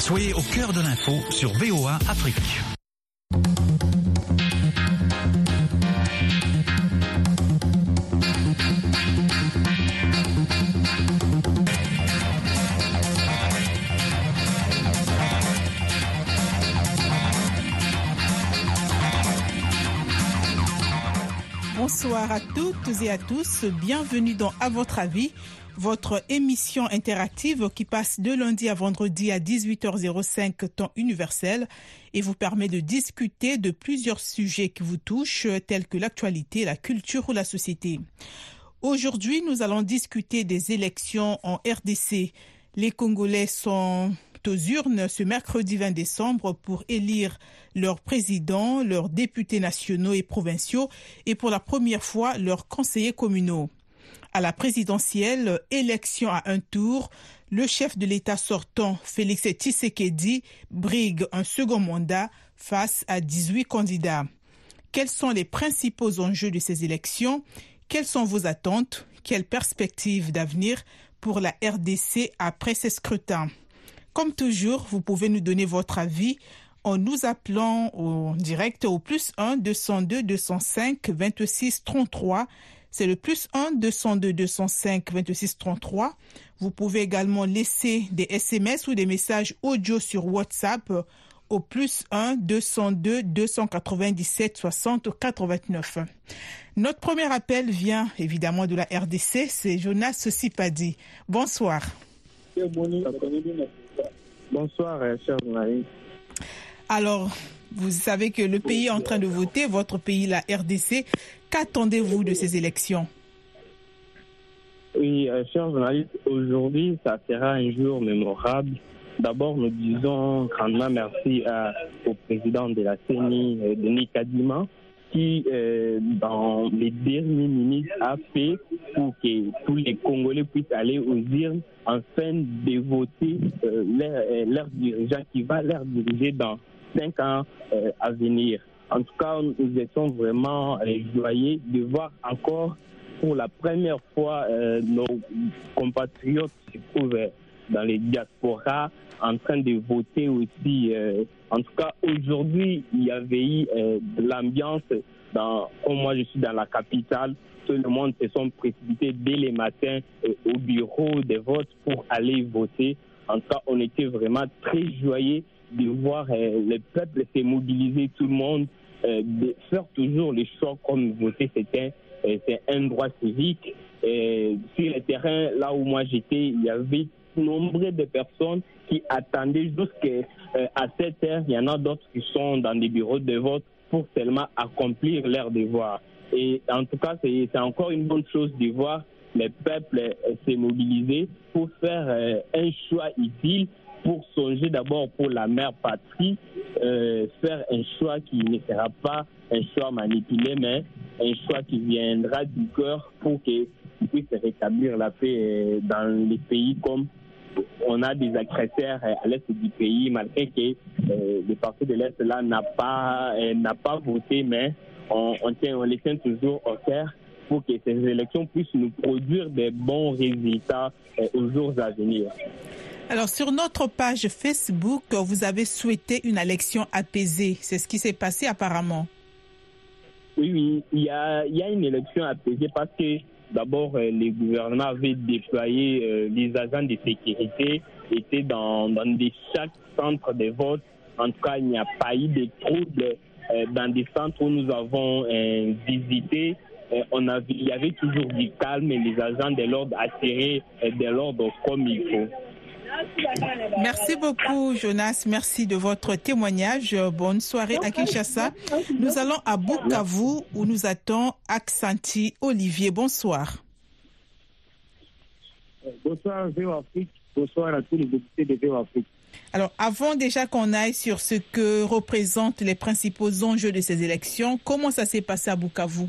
Soyez au cœur de l'info sur VOA Afrique. Bonsoir à toutes et à tous, bienvenue dans À votre avis, votre émission interactive qui passe de lundi à vendredi à 18h05 temps universel et vous permet de discuter de plusieurs sujets qui vous touchent tels que l'actualité, la culture ou la société. Aujourd'hui, nous allons discuter des élections en RDC. Les Congolais sont aux urnes ce mercredi 20 décembre pour élire leurs présidents, leurs députés nationaux et provinciaux et pour la première fois leurs conseillers communaux. À la présidentielle, élection à un tour, le chef de l'État sortant, Félix Tshisekedi, brigue un second mandat face à 18 candidats. Quels sont les principaux enjeux de ces élections? Quelles sont vos attentes? Quelles perspectives d'avenir pour la RDC après ces scrutins? Comme toujours, vous pouvez nous donner votre avis en nous appelant en direct au +1 202 205 26 33. C'est le +1 202 205 26 33. Vous pouvez également laisser des SMS ou des messages audio sur WhatsApp au +1 202 297 60 89. Notre premier appel vient évidemment de la RDC, c'est Jonas Sipadi. Bonsoir. Bonsoir, chers journalistes. Alors, vous savez que le pays est en train de voter, votre pays, la RDC. Qu'attendez-vous de ces élections? Oui, chers journalistes, aujourd'hui, ça sera un jour mémorable. D'abord, nous disons grandement merci au président de la CENI, Denis Kadima, qui, dans les dernières minutes, a fait pour que tous les Congolais puissent aller aux urnes afin de voter leur dirigeant qui va leur diriger dans 5 ans à venir. En tout cas, nous étions vraiment joyeux de voir encore pour la première fois nos compatriotes qui se trouvent dans les diasporas en train de voter aussi. En tout cas, aujourd'hui, il y avait eu de l'ambiance. Comme moi, je suis dans la capitale, tout le monde se sont précipités dès les matins au bureau de vote pour aller voter. En tout cas, on était vraiment très joyeux de voir le peuple se mobiliser, tout le monde, de faire toujours les choix comme voter, c'est un droit civique. Sur le terrain, là où moi j'étais, il y avait nombre de personnes qui attendaient jusqu'à 7 heures. Il y en a d'autres qui sont dans des bureaux de vote pour seulement accomplir leur devoir. Et en tout cas, c'est encore une bonne chose de voir le peuple se mobiliser pour faire un choix utile, pour songer d'abord pour la mère patrie, faire un choix qui ne sera pas un choix manipulé, mais un choix qui viendra du cœur pour qu'il puisse rétablir la paix dans les pays comme on a des agresseurs à l'est du pays, malgré que le parti de l'Est là n'a pas voté, mais on les tient toujours au cœur pour que ces élections puissent nous produire des bons résultats aux jours à venir. Alors, sur notre page Facebook, vous avez souhaité une élection apaisée. C'est ce qui s'est passé apparemment. Oui, il y a une élection apaisée parce que d'abord, les gouvernements avaient déployé les agents de sécurité, étaient dans chaque centre de vote. En tout cas, il n'y a pas eu de troubles dans des centres où nous avons visité. Il y avait toujours du calme et les agents de l'ordre assuraient de l'ordre comme il faut. Merci beaucoup, Jonas. Merci de votre témoignage. Bonne soirée à Kinshasa. Nous allons à Bukavu où nous attend Aksanti Olivier. Bonsoir. Bonsoir, VOA Afrique. Bonsoir à tous les députés de VOA Afrique. Alors, avant déjà qu'on aille sur ce que représentent les principaux enjeux de ces élections, comment ça s'est passé à Bukavu?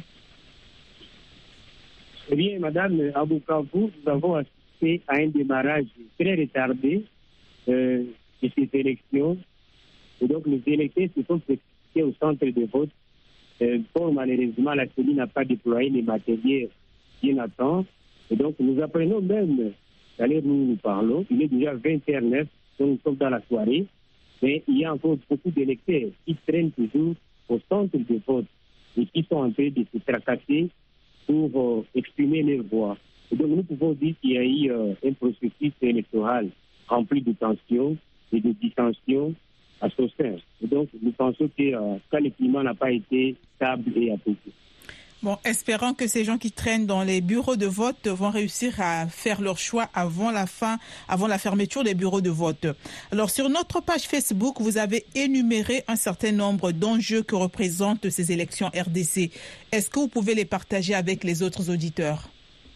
Eh bien, madame, à Bukavu, nous avons assisté à un démarrage très retardé de ces élections. Et donc, les électeurs se sont précipités au centre de vote. Pour malheureusement, la CENI n'a pas déployé les matériels bien à temps. Et donc, nous apprenons même, d'ailleurs nous parlons, il est déjà 20h09 donc nous sommes dans la soirée, mais il y a encore beaucoup d'électeurs qui traînent toujours au centre de vote et qui sont en train de se tracasser pour exprimer leur voix. Et donc nous pouvons dire qu'il y a eu un processus électoral rempli de tensions et de dissensions à ce sein. Et donc nous pensons que quand le climat n'a pas été stable et apaisé. Bon, espérons que ces gens qui traînent dans les bureaux de vote vont réussir à faire leur choix avant la fermeture des bureaux de vote. Alors, sur notre page Facebook, vous avez énuméré un certain nombre d'enjeux que représentent ces élections RDC. Est-ce que vous pouvez les partager avec les autres auditeurs?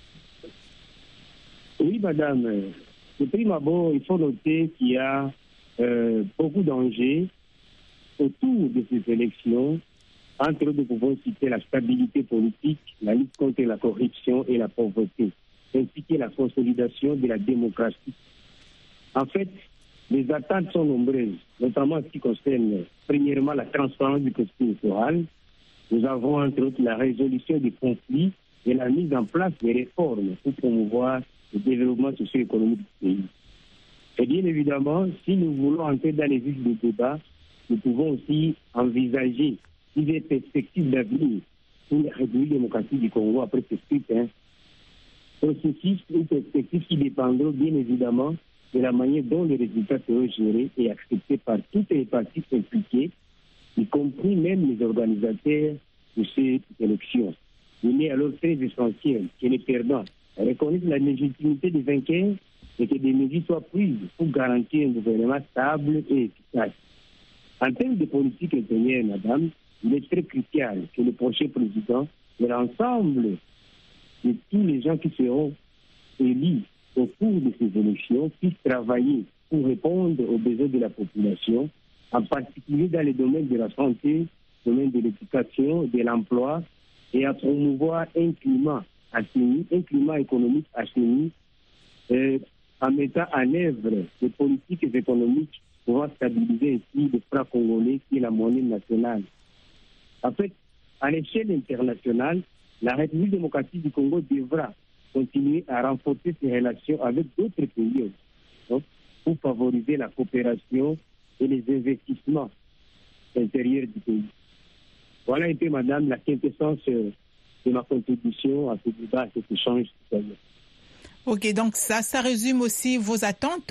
Oui, madame. De prime abord, il faut noter qu'il y a beaucoup d'enjeux autour de ces élections. Entre autres, nous pouvons citer la stabilité politique, la lutte contre la corruption et la pauvreté, ainsi que la consolidation de la démocratie. En fait, les attentes sont nombreuses, notamment en ce qui concerne, premièrement, la transparence du processus électoral. Nous avons, entre autres, la résolution des conflits et la mise en place des réformes pour promouvoir le développement socio-économique du pays. Et bien évidemment, si nous voulons entrer dans les vifs du débat, nous pouvons aussi envisager des perspectives d'avenir pour la République démocratique du Congo après ce scrutin. Processus, une perspective qui dépendra bien évidemment de la manière dont les résultats seront gérés et acceptés par toutes les parties impliquées, y compris même les organisateurs de ces élections. Il est alors très essentiel que les perdants reconnaissent la légitimité des vainqueurs et que des mesures soient prises pour garantir un gouvernement stable et efficace. En termes de politique intérieure, madame, il est très crucial que le prochain président et l'ensemble de tous les gens qui seront élus au cours de ces élections puissent travailler pour répondre aux besoins de la population, en particulier dans les domaines de la santé, le domaine de l'éducation, de l'emploi, et à promouvoir un climat assaini, un climat économique assaini, en mettant en œuvre des politiques économiques pour stabiliser ainsi le franc congolais qui est la monnaie nationale. En fait, à l'échelle internationale, la République démocratique du Congo devra continuer à renforcer ses relations avec d'autres pays pour favoriser la coopération et les investissements intérieurs du pays. Voilà un peu, madame, la quintessence de ma contribution à ce débat, à cet échange. Ok, donc ça résume aussi vos attentes?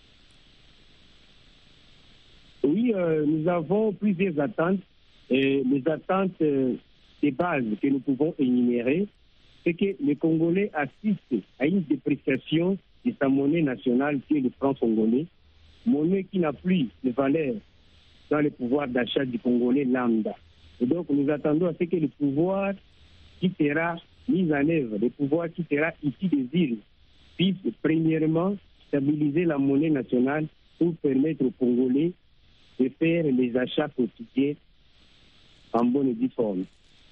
Oui, nous avons plusieurs attentes. Et les attentes de base que nous pouvons énumérer, c'est que les Congolais assistent à une dépréciation de sa monnaie nationale, qui est le franc congolais, monnaie qui n'a plus de valeur dans le pouvoir d'achat du Congolais lambda. Et donc, nous attendons à ce que le pouvoir qui sera mis en œuvre, le pouvoir qui sera issu des îles, puisse premièrement stabiliser la monnaie nationale pour permettre aux Congolais de faire les achats quotidiens en bonne et due forme.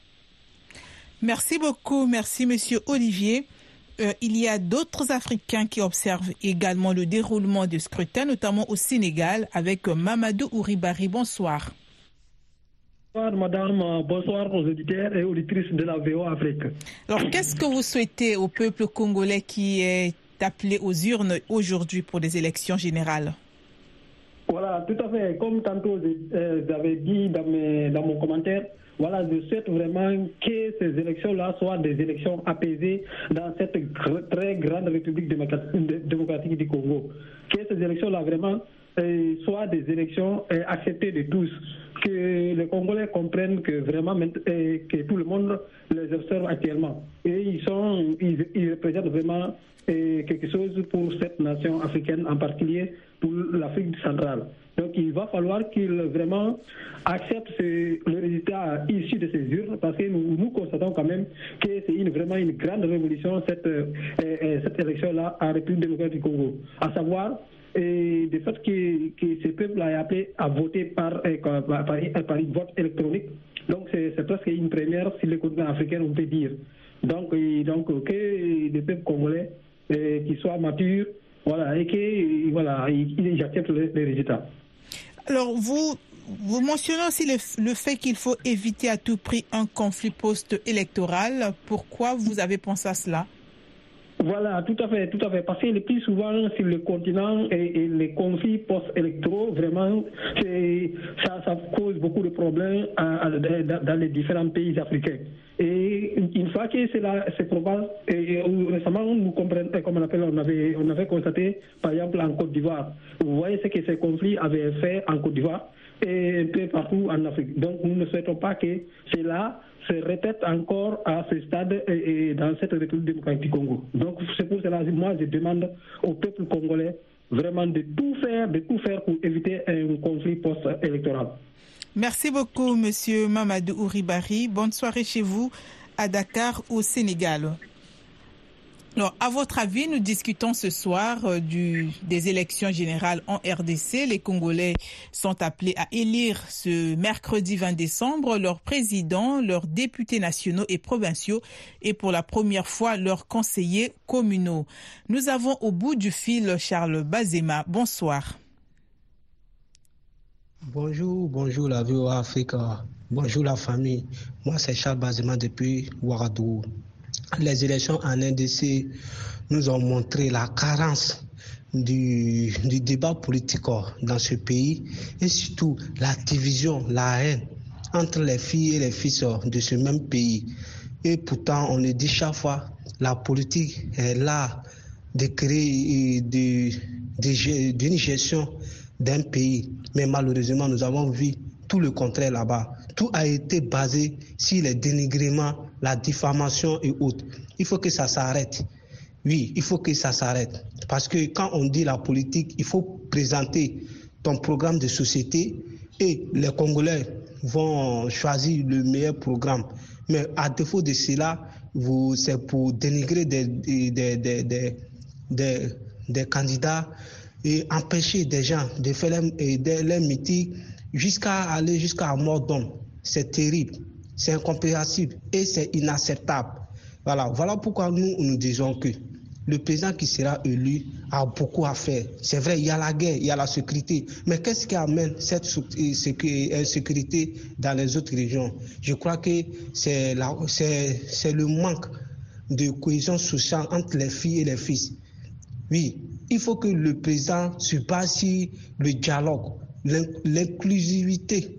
Merci beaucoup. Merci, Monsieur Olivier. Il y a d'autres Africains qui observent également le déroulement du scrutin, notamment au Sénégal, avec Mamadou Ouribari. Bonsoir. Bonsoir, madame. Bonsoir aux auditeurs et auditrices de la VOA Afrique. Alors, qu'est-ce que vous souhaitez au peuple congolais qui est appelé aux urnes aujourd'hui pour les élections générales? Voilà, tout à fait. Comme tantôt j'avais dit dans mon commentaire, voilà, je souhaite vraiment que ces élections-là soient des élections apaisées dans cette très grande République démocratique du Congo. Que ces élections-là vraiment soient des élections acceptées de tous. Que les Congolais comprennent que vraiment que tout le monde les observe actuellement. Et ils représentent vraiment quelque chose pour cette nation africaine, en particulier pour l'Afrique centrale. Donc il va falloir qu'ils vraiment acceptent le résultat issu de ces urnes, parce que nous constatons quand même que c'est vraiment une grande révolution cette élection-là en République démocratique du Congo. À savoir, du fait que ce peuple a appelé à voter par vote électronique. Donc c'est presque une première sur le continent africain, on peut dire. Donc que les peuples congolais qui soient matures, voilà, et qu'ils acceptent les résultats. Alors vous mentionnez aussi le fait qu'il faut éviter à tout prix un conflit post-électoral. Pourquoi vous avez pensé à cela? Voilà, tout à fait. Parce que le plus souvent sur le continent et les conflits post-électoraux, vraiment, ça cause beaucoup de problèmes dans les différents pays africains. Et une fois que cela se propage, récemment, on avait constaté, par exemple, en Côte d'Ivoire. Vous voyez ce que ces conflits avaient fait en Côte d'Ivoire et un peu partout en Afrique. Donc, nous ne souhaitons pas que cela se répète encore à ce stade et dans cette République démocratique du Congo. Donc, c'est pour cela que moi, je demande au peuple congolais vraiment de tout faire pour éviter un conflit post-électoral. Merci beaucoup, Monsieur Mamadou Ouribari. Bonne soirée chez vous à Dakar, au Sénégal. Alors, à votre avis, nous discutons ce soir des élections générales en RDC. Les Congolais sont appelés à élire ce mercredi 20 décembre leurs présidents, leurs députés nationaux et provinciaux et pour la première fois leurs conseillers communaux. Nous avons au bout du fil Charles Bazema. Bonsoir. Bonjour la VOA Africa. Bonjour la famille. Moi, c'est Charles Bazema depuis Ouagadougou. Les élections en RDC nous ont montré la carence du débat politique dans ce pays et surtout la division, la haine entre les filles et les fils de ce même pays. Et pourtant, on le dit chaque fois, la politique est là de créer d'une gestion d'un pays. Mais malheureusement, nous avons vu tout le contraire là-bas. Tout a été basé sur les dénigrements, la diffamation et autres. Il faut que ça s'arrête. Oui, il faut que ça s'arrête. Parce que quand on dit la politique, il faut présenter ton programme de société et les Congolais vont choisir le meilleur programme. Mais à défaut de cela, c'est pour dénigrer des candidats et empêcher des gens de faire leur meeting jusqu'à la mort d'homme. C'est terrible, c'est incompréhensible et c'est inacceptable. Voilà pourquoi nous disons que le président qui sera élu a beaucoup à faire. C'est vrai, il y a la guerre, il y a la sécurité. Mais qu'est-ce qui amène cette insécurité dans les autres régions? Je crois que c'est le manque de cohésion sociale entre les filles et les fils. Oui, il faut que le président se base sur le dialogue, l'inclusivité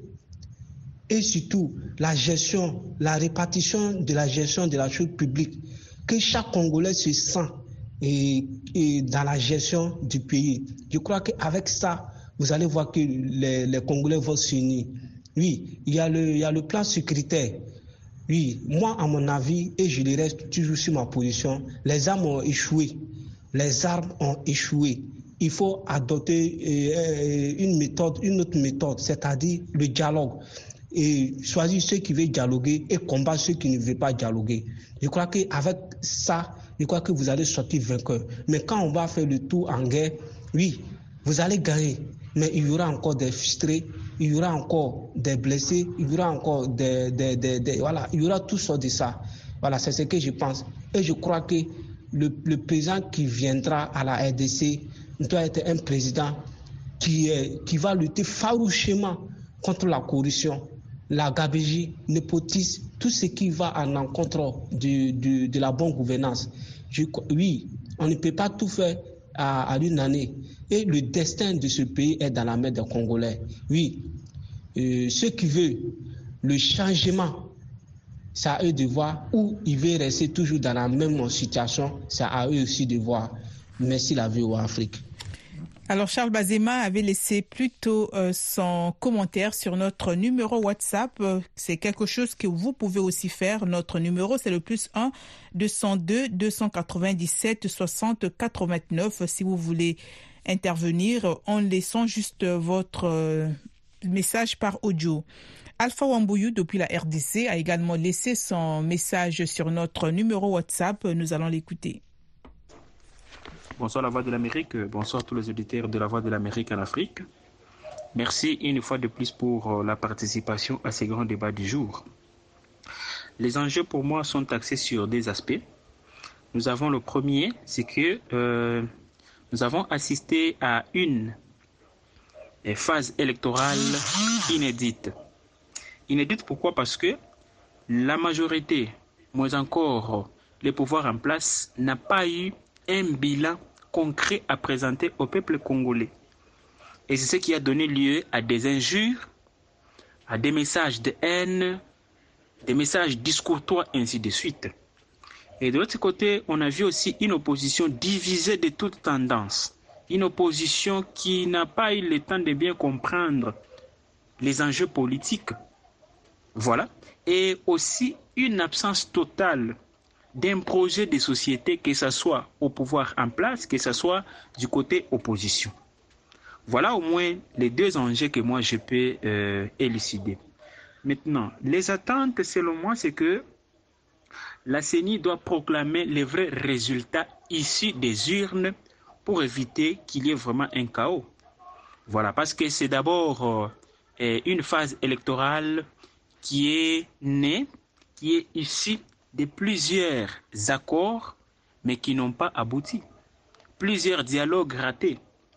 et surtout la gestion, la répartition de la gestion de la chose publique. Que chaque Congolais se sent et dans la gestion du pays. Je crois qu'avec ça, vous allez voir que les Congolais vont s'unir. Oui, il y a le plan sécuritaire. Oui, moi, à mon avis, et je reste toujours sur ma position, les armes ont échoué. Les armes ont échoué. Il faut adopter une autre méthode, c'est-à-dire le dialogue. Et choisir ceux qui veulent dialoguer et combattre ceux qui ne veulent pas dialoguer. Je crois qu'avec ça, vous allez sortir vainqueur. Mais quand on va faire le tour en guerre, oui, vous allez gagner. Mais il y aura encore des frustrés, il y aura encore des blessés, il y aura encore il y aura tout ça de ça. Voilà, c'est ce que je pense. Et je crois que le président qui viendra à la RDC doit être un président qui va lutter farouchement contre la corruption, la gabegie, le népotisme, tout ce qui va en encontre de la bonne gouvernance. Oui, on ne peut pas tout faire à une année. Et le destin de ce pays est dans la main des Congolais. Oui, ceux qui veulent le changement, c'est à eux de voir, ou ils veulent rester toujours dans la même situation, c'est à eux aussi de voir. Merci la VOA Afrique. Alors Charles Bazema avait laissé plutôt son commentaire sur notre numéro WhatsApp. C'est quelque chose que vous pouvez aussi faire. Notre numéro, c'est le +1 202 297 60 89. Si vous voulez intervenir en laissant juste votre message par audio. Alpha Wambouyou, depuis la RDC, a également laissé son message sur notre numéro WhatsApp. Nous allons l'écouter. Bonsoir la Voix de l'Amérique, bonsoir tous les auditeurs de la Voix de l'Amérique en Afrique. Merci une fois de plus pour la participation à ces grands débats du jour. Les enjeux pour moi sont axés sur des aspects. Nous avons le premier, c'est que nous avons assisté à une phase électorale inédite. Inédite pourquoi? Parce que la majorité, moins encore le pouvoir en place n'a pas eu un bilan concret à présenter au peuple congolais. Et c'est ce qui a donné lieu à des injures, à des messages de haine, des messages discourtois, ainsi de suite. Et de l'autre côté, on a vu aussi une opposition divisée de toutes tendances. Une opposition qui n'a pas eu le temps de bien comprendre les enjeux politiques. Voilà. Et aussi une absence totale d'un projet de société, que ce soit au pouvoir en place, que ce soit du côté opposition. Voilà au moins les deux enjeux que moi je peux élucider. Maintenant, les attentes, selon moi, c'est que la CENI doit proclamer les vrais résultats issus des urnes pour éviter qu'il y ait vraiment un chaos. Voilà, parce que c'est d'abord une phase électorale qui est née, qui est issue de plusieurs accords, mais qui n'ont pas abouti. Plusieurs dialogues ratés.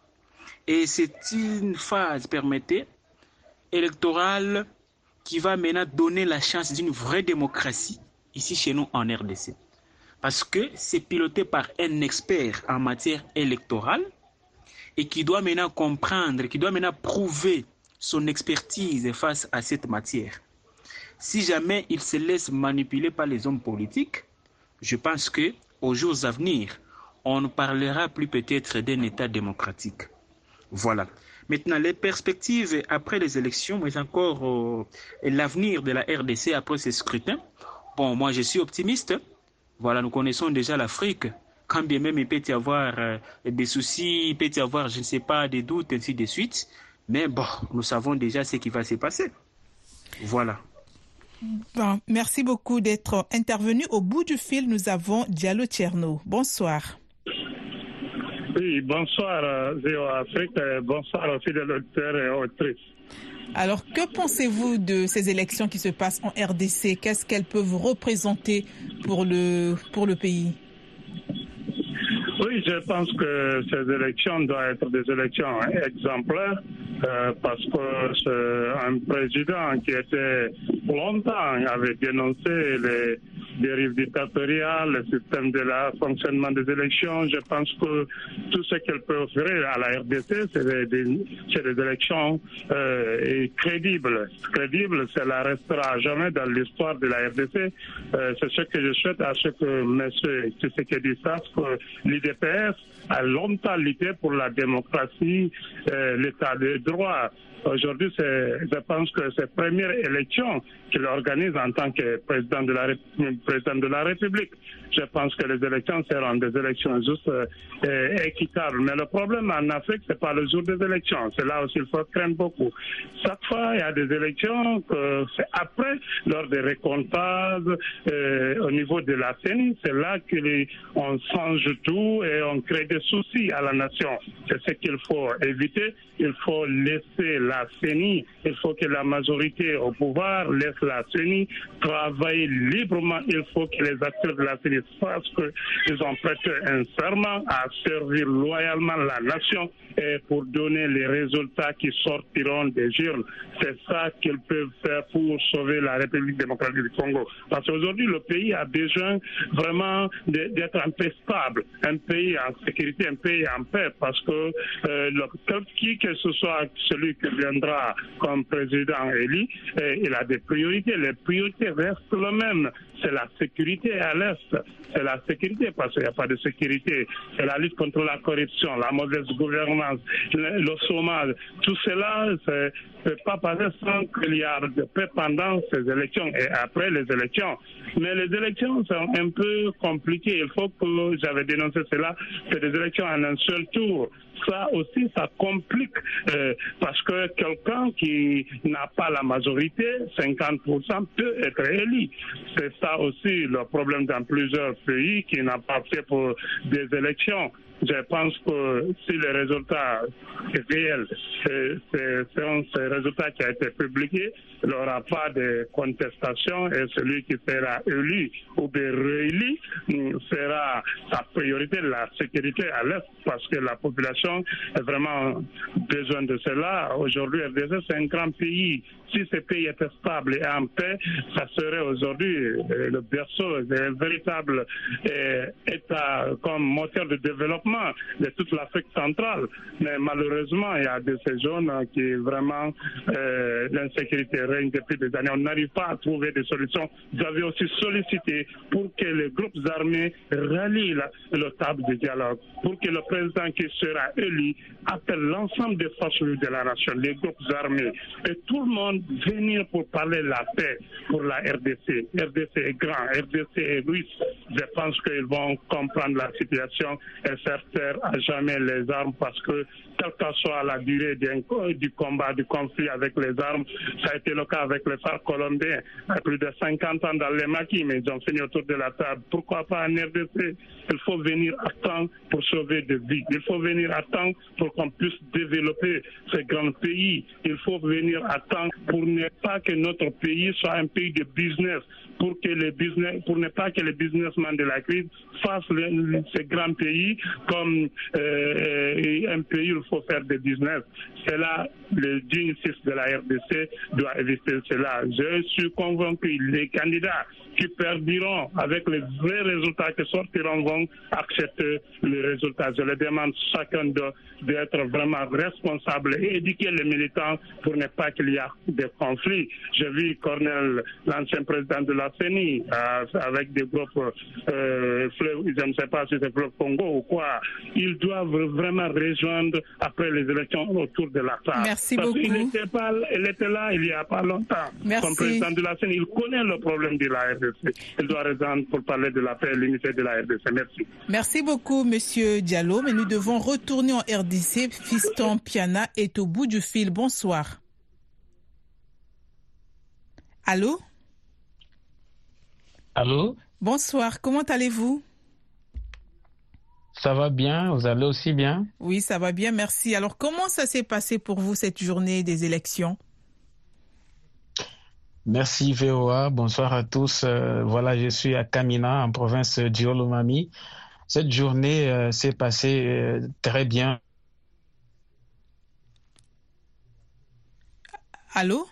Et c'est une phase, permettez, électorale qui va maintenant donner la chance d'une vraie démocratie ici chez nous en RDC. Parce que c'est piloté par un expert en matière électorale et qui doit maintenant comprendre, qui doit maintenant prouver son expertise face à cette matière. Si jamais il se laisse manipuler par les hommes politiques, je pense qu'aux jours à venir, on ne parlera plus peut-être d'un État démocratique. Voilà. Maintenant, les perspectives après les élections, mais encore l'avenir de la RDC après ce scrutin. Bon, moi je suis optimiste. Voilà, nous connaissons déjà l'Afrique. Quand bien même il peut y avoir des soucis, il peut y avoir, je ne sais pas, des doutes, ainsi de suite. Mais bon, nous savons déjà ce qui va se passer. Voilà. Bon, merci beaucoup d'être intervenu. Au bout du fil, nous avons Diallo Tcherno. Bonsoir. Oui, bonsoir Zéo Afrique, bonsoir aux fidèles auditeurs et auditrices. Alors, que pensez-vous de ces élections qui se passent en RDC? Qu'est-ce qu'elles peuvent représenter pour le pays? Oui, je pense que ces élections doivent être des élections exemplaires parce que c'est un président qui était longtemps avait dénoncé les dérives dictatoriales, le système de la fonctionnement des élections. Je pense que tout ce qu'elle peut offrir à la RDC, c'est des élections crédibles. Crédibles, cela restera jamais dans l'histoire de la RDC. C'est ce que je souhaite à ce que M. Tshisekedi sache que l'IDPS a longtemps lutté pour la démocratie, l'état de droit. Aujourd'hui, je pense que c'est la première élection qu'il organise en tant que président de la République. Je pense que les élections seront des élections justes et équitables. Mais le problème en Afrique, c'est pas le jour des élections. C'est là aussi il faut craindre beaucoup. Chaque fois, il y a des élections que c'est après, lors des récomptages au niveau de la CENI, c'est là qu'on change tout et on crée des soucis à la nation. C'est ce qu'il faut éviter. Il faut laisser la CENI, il faut que la majorité au pouvoir laisse la CENI travailler librement. Il faut que les acteurs de la CENI sachent qu'ils ont prêté un serment à servir loyalement la nation et pour donner les résultats qui sortiront des urnes. C'est ça qu'ils peuvent faire pour sauver la République démocratique du Congo. Parce qu'aujourd'hui, le pays a besoin vraiment d'être un peu stable, un pays en sécurité, un pays en paix, parce que qui que ce soit celui qui viendra comme président élu, il a des priorités. Les priorités restent les mêmes. C'est la sécurité à l'Est. C'est la sécurité parce qu'il n'y a pas de sécurité. C'est la lutte contre la corruption, la mauvaise gouvernance, le chômage. Tout cela, ne peut pas passer sans qu'il y ait de paix pendant ces élections et après les élections. Mais les élections sont un peu compliquées. Il faut que, j'avais dénoncé cela, c'est des élections en un seul tour. Ça aussi, ça complique parce que quelqu'un qui n'a pas la majorité, 50% peut être élu. C'est ça aussi le problème dans plusieurs pays qui n'ont pas fait pour des élections. Je pense que si les résultats réels seront ces résultats qui ont été publiés, il n'y aura pas de contestation et celui qui sera élu ou bien réélu sera sa priorité, la sécurité à l'Est, parce que la population a vraiment besoin de cela. Aujourd'hui, RDC, c'est un grand pays. Si ce pays était stable et en paix, ça serait aujourd'hui le berceau, un véritable État comme moteur de développement de toute l'Afrique centrale. Mais malheureusement, il y a de ces zones qui vraiment l'insécurité règne depuis des années. On n'arrive pas à trouver des solutions. Vous avez aussi sollicité pour que les groupes armés rallient le table de dialogue, pour que le président qui sera élu appelle l'ensemble des forces de la nation, les groupes armés et tout le monde venir pour parler de la paix pour la RDC. RDC est grand, RDC est riche. Je pense qu'ils vont comprendre la situation et faire taire à jamais les armes parce que quelle que soit la durée du combat, du conflit avec les armes, ça a été le cas avec les FARC colombiens. Il y a plus de 50 ans dans les maquis, mais ils ont fini autour de la table. Pourquoi pas en RDC? Il faut venir à temps pour sauver des vies. Il faut venir à temps pour qu'on puisse développer ces grands pays. Il faut venir à temps pour ne pas que notre pays soit un pays de business, pour ne pas que les businessmen de la crise fassent ces grands pays comme un pays où il faut faire des business. C'est là le digne fils de la RDC doit éviter cela. Je suis convaincu les candidats qui perdiront avec les vrais résultats qui sortiront vont accepter les résultats. Je les demande chacun d'être vraiment responsable et éduquer les militants pour ne pas qu'il y ait de conflits. J'ai vu Cornel, l'ancien président de la CENI, avec des groupes, je ne sais pas si c'est Fleuve Congo ou quoi. Ils doivent vraiment rejoindre après les élections autour de la table. Merci parce beaucoup. Il était là il n'y a pas longtemps. Merci. Comme président de la CENI, il connaît le problème de la RDC. Il doit rejoindre pour parler de la paix et l'unité de la RDC. Merci. Merci beaucoup, Monsieur Diallo. Mais nous devons retourner en RDC. Fiston Piana est au bout du fil. Bonsoir. Allô? Allô? Bonsoir. Comment allez-vous? Ça va bien, vous allez aussi bien? Oui, ça va bien, merci. Alors, comment ça s'est passé pour vous cette journée des élections? Merci VOA, bonsoir à tous. Voilà, je suis à Kamina, en province d'Iolomami. Cette journée s'est passée très bien. Allô?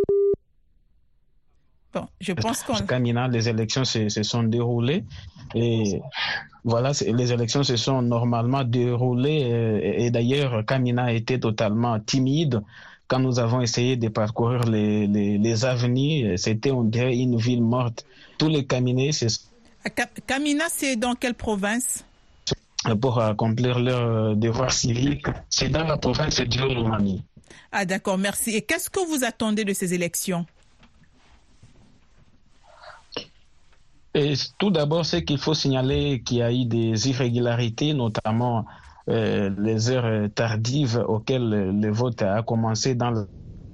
Bon, je pense qu'on... Kamina, les élections se sont déroulées et voilà, les élections se sont normalement déroulées et d'ailleurs, Kamina était totalement timide. Quand nous avons essayé de parcourir les avenues, c'était, on dirait, une ville morte. Tous les Kaminais, Kamina, c'est dans quelle province? Pour accomplir leur devoir civique, c'est dans la province d'Iolomami. Ah d'accord, merci. Et qu'est-ce que vous attendez de ces élections? Et tout d'abord, c'est qu'il faut signaler qu'il y a eu des irrégularités, notamment les heures tardives auxquelles le vote a commencé dans le...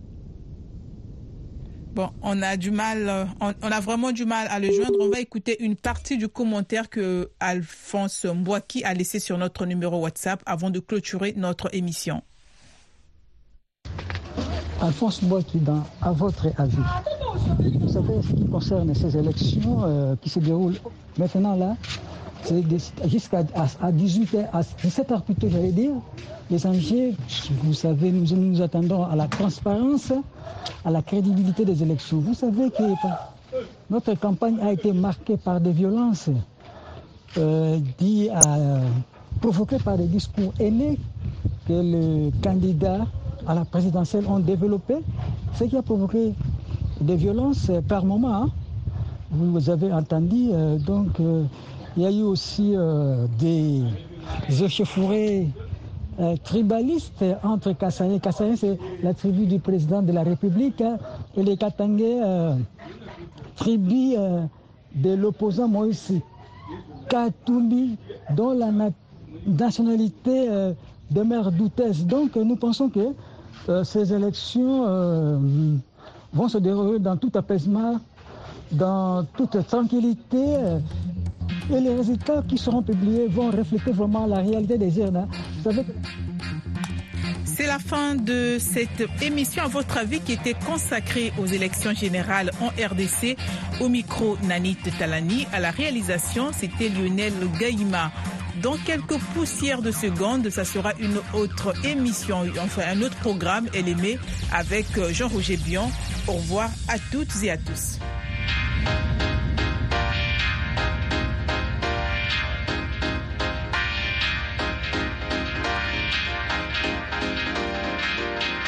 Bon, on a vraiment du mal à le joindre. On va écouter une partie du commentaire que Alphonse Mbouaki a laissé sur notre numéro WhatsApp avant de clôturer notre émission. Alphonse Mbouaki, à votre avis, vous savez, ce qui concerne ces élections qui se déroulent maintenant là, c'est jusqu'à 18h, à 17h plutôt, j'allais dire, les enjeux, vous savez, nous attendons à la transparence, à la crédibilité des élections. Vous savez que notre campagne a été marquée par des violences provoquées par des discours haineux que les candidats à la présidentielle ont développé, ce qui a provoqué des violences par moment. Hein. Vous avez entendu, il y a eu aussi des échauffourées tribalistes entre Kassaye. Kassaye, c'est la tribu du président de la République, hein, et les Katangais, tribu de l'opposant Moïse Katumbi, dont la nationalité demeure douteuse. Donc nous pensons que ces élections vont se dérouler dans tout apaisement, dans toute tranquillité. Et les résultats qui seront publiés vont refléter vraiment la réalité des urnes. C'est la fin de cette émission, à votre avis, qui était consacrée aux élections générales en RDC. Au micro, Nanit Talani. À la réalisation, c'était Lionel Gaïma. Dans quelques poussières de secondes, ça sera une autre émission, enfin un autre programme, LME, avec Jean-Roger Bion. Au revoir à toutes et à tous.